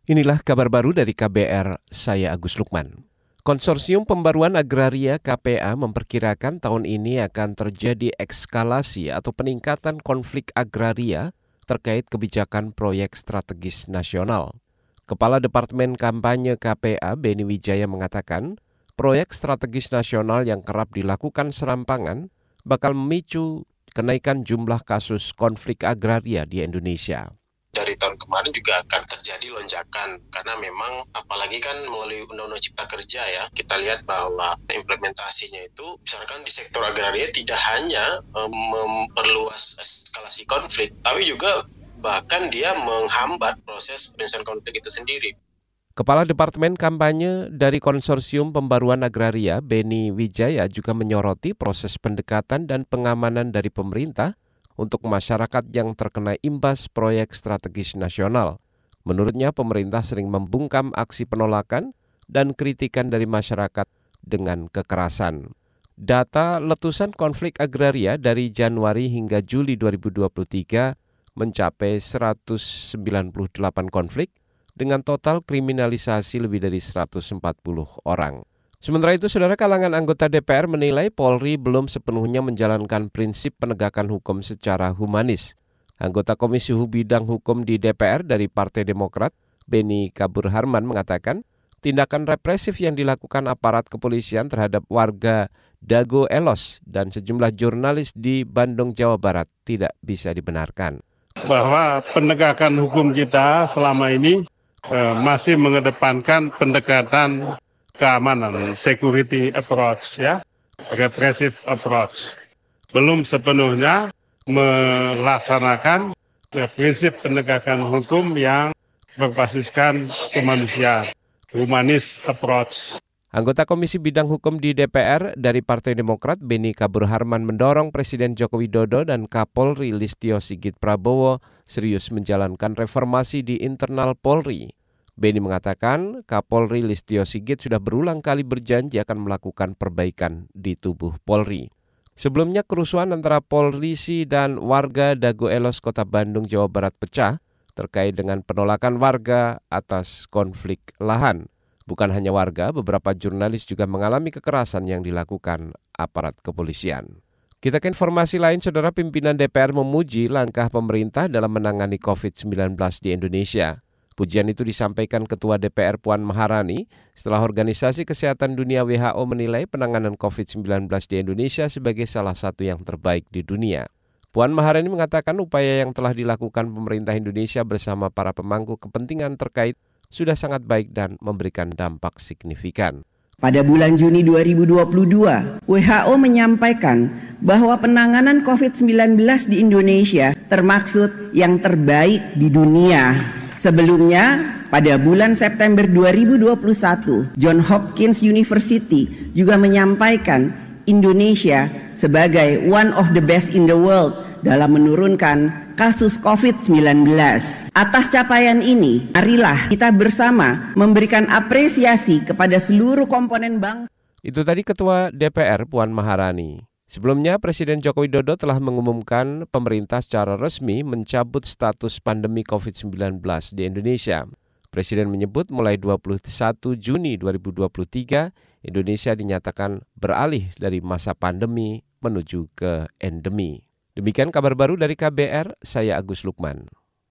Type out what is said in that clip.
Inilah kabar baru dari KBR, saya Agus Lukman. Konsorsium Pembaruan Agraria KPA memperkirakan tahun ini akan terjadi eskalasi atau peningkatan konflik agraria terkait kebijakan proyek strategis nasional. Kepala Departemen Kampanye KPA Beni Wijaya mengatakan, proyek strategis nasional yang kerap dilakukan serampangan bakal memicu kenaikan jumlah kasus konflik agraria di Indonesia. Dari tahun kemarin juga akan terjadi lonjakan karena memang apalagi kan melalui Undang-Undang Cipta Kerja ya, kita lihat bahwa implementasinya itu misalkan di sektor agraria tidak hanya memperluas eskalasi konflik, tapi juga bahkan dia menghambat proses penyelesaian konflik itu sendiri. Kepala Departemen Kampanye dari Konsorsium Pembaruan Agraria Beni Wijaya juga menyoroti proses pendekatan dan pengamanan dari pemerintah untuk masyarakat yang terkena imbas proyek strategis nasional. Menurutnya, pemerintah sering membungkam aksi penolakan dan kritikan dari masyarakat dengan kekerasan. Data letusan konflik agraria dari Januari hingga Juli 2023 mencapai 198 konflik dengan total kriminalisasi lebih dari 140 orang. Sementara itu, saudara, kalangan anggota DPR menilai Polri belum sepenuhnya menjalankan prinsip penegakan hukum secara humanis. Anggota Komisi Bidang Hukum di DPR dari Partai Demokrat, Beni Kaburharman mengatakan, tindakan represif yang dilakukan aparat kepolisian terhadap warga Dago Elos dan sejumlah jurnalis di Bandung, Jawa Barat tidak bisa dibenarkan. Bahwa penegakan hukum kita selama ini masih mengedepankan pendekatan keamanan, security approach, ya, repressive approach. Belum sepenuhnya melaksanakan prinsip penegakan hukum yang berbasiskan kemanusiaan, humanis approach. Anggota Komisi Bidang Hukum di DPR dari Partai Demokrat, Beni Kaburharman mendorong Presiden Joko Widodo dan Kapolri Listio Sigit Prabowo serius menjalankan reformasi di internal Polri. Beni mengatakan Kapolri Listio Sigit sudah berulang kali berjanji akan melakukan perbaikan di tubuh Polri. Sebelumnya kerusuhan antara polisi dan warga Dago Elos Kota Bandung, Jawa Barat pecah terkait dengan penolakan warga atas konflik lahan. Bukan hanya warga, beberapa jurnalis juga mengalami kekerasan yang dilakukan aparat kepolisian. Kita ke informasi lain, saudara. Pimpinan DPR memuji langkah pemerintah dalam menangani COVID-19 di Indonesia. Pujian itu disampaikan Ketua DPR Puan Maharani setelah Organisasi Kesehatan Dunia WHO menilai penanganan COVID-19 di Indonesia sebagai salah satu yang terbaik di dunia. Puan Maharani mengatakan upaya yang telah dilakukan pemerintah Indonesia bersama para pemangku kepentingan terkait sudah sangat baik dan memberikan dampak signifikan. Pada bulan Juni 2022, WHO menyampaikan bahwa penanganan COVID-19 di Indonesia termaksud yang terbaik di dunia. Sebelumnya, pada bulan September 2021, Johns Hopkins University juga menyampaikan Indonesia sebagai one of the best in the world dalam menurunkan kasus COVID-19. Atas capaian ini, marilah kita bersama memberikan apresiasi kepada seluruh komponen bangsa. Itu tadi Ketua DPR Puan Maharani. Sebelumnya, Presiden Joko Widodo telah mengumumkan pemerintah secara resmi mencabut status pandemi COVID-19 di Indonesia. Presiden menyebut mulai 21 Juni 2023, Indonesia dinyatakan beralih dari masa pandemi menuju ke endemi. Demikian kabar baru dari KBR, saya Agus Lukman.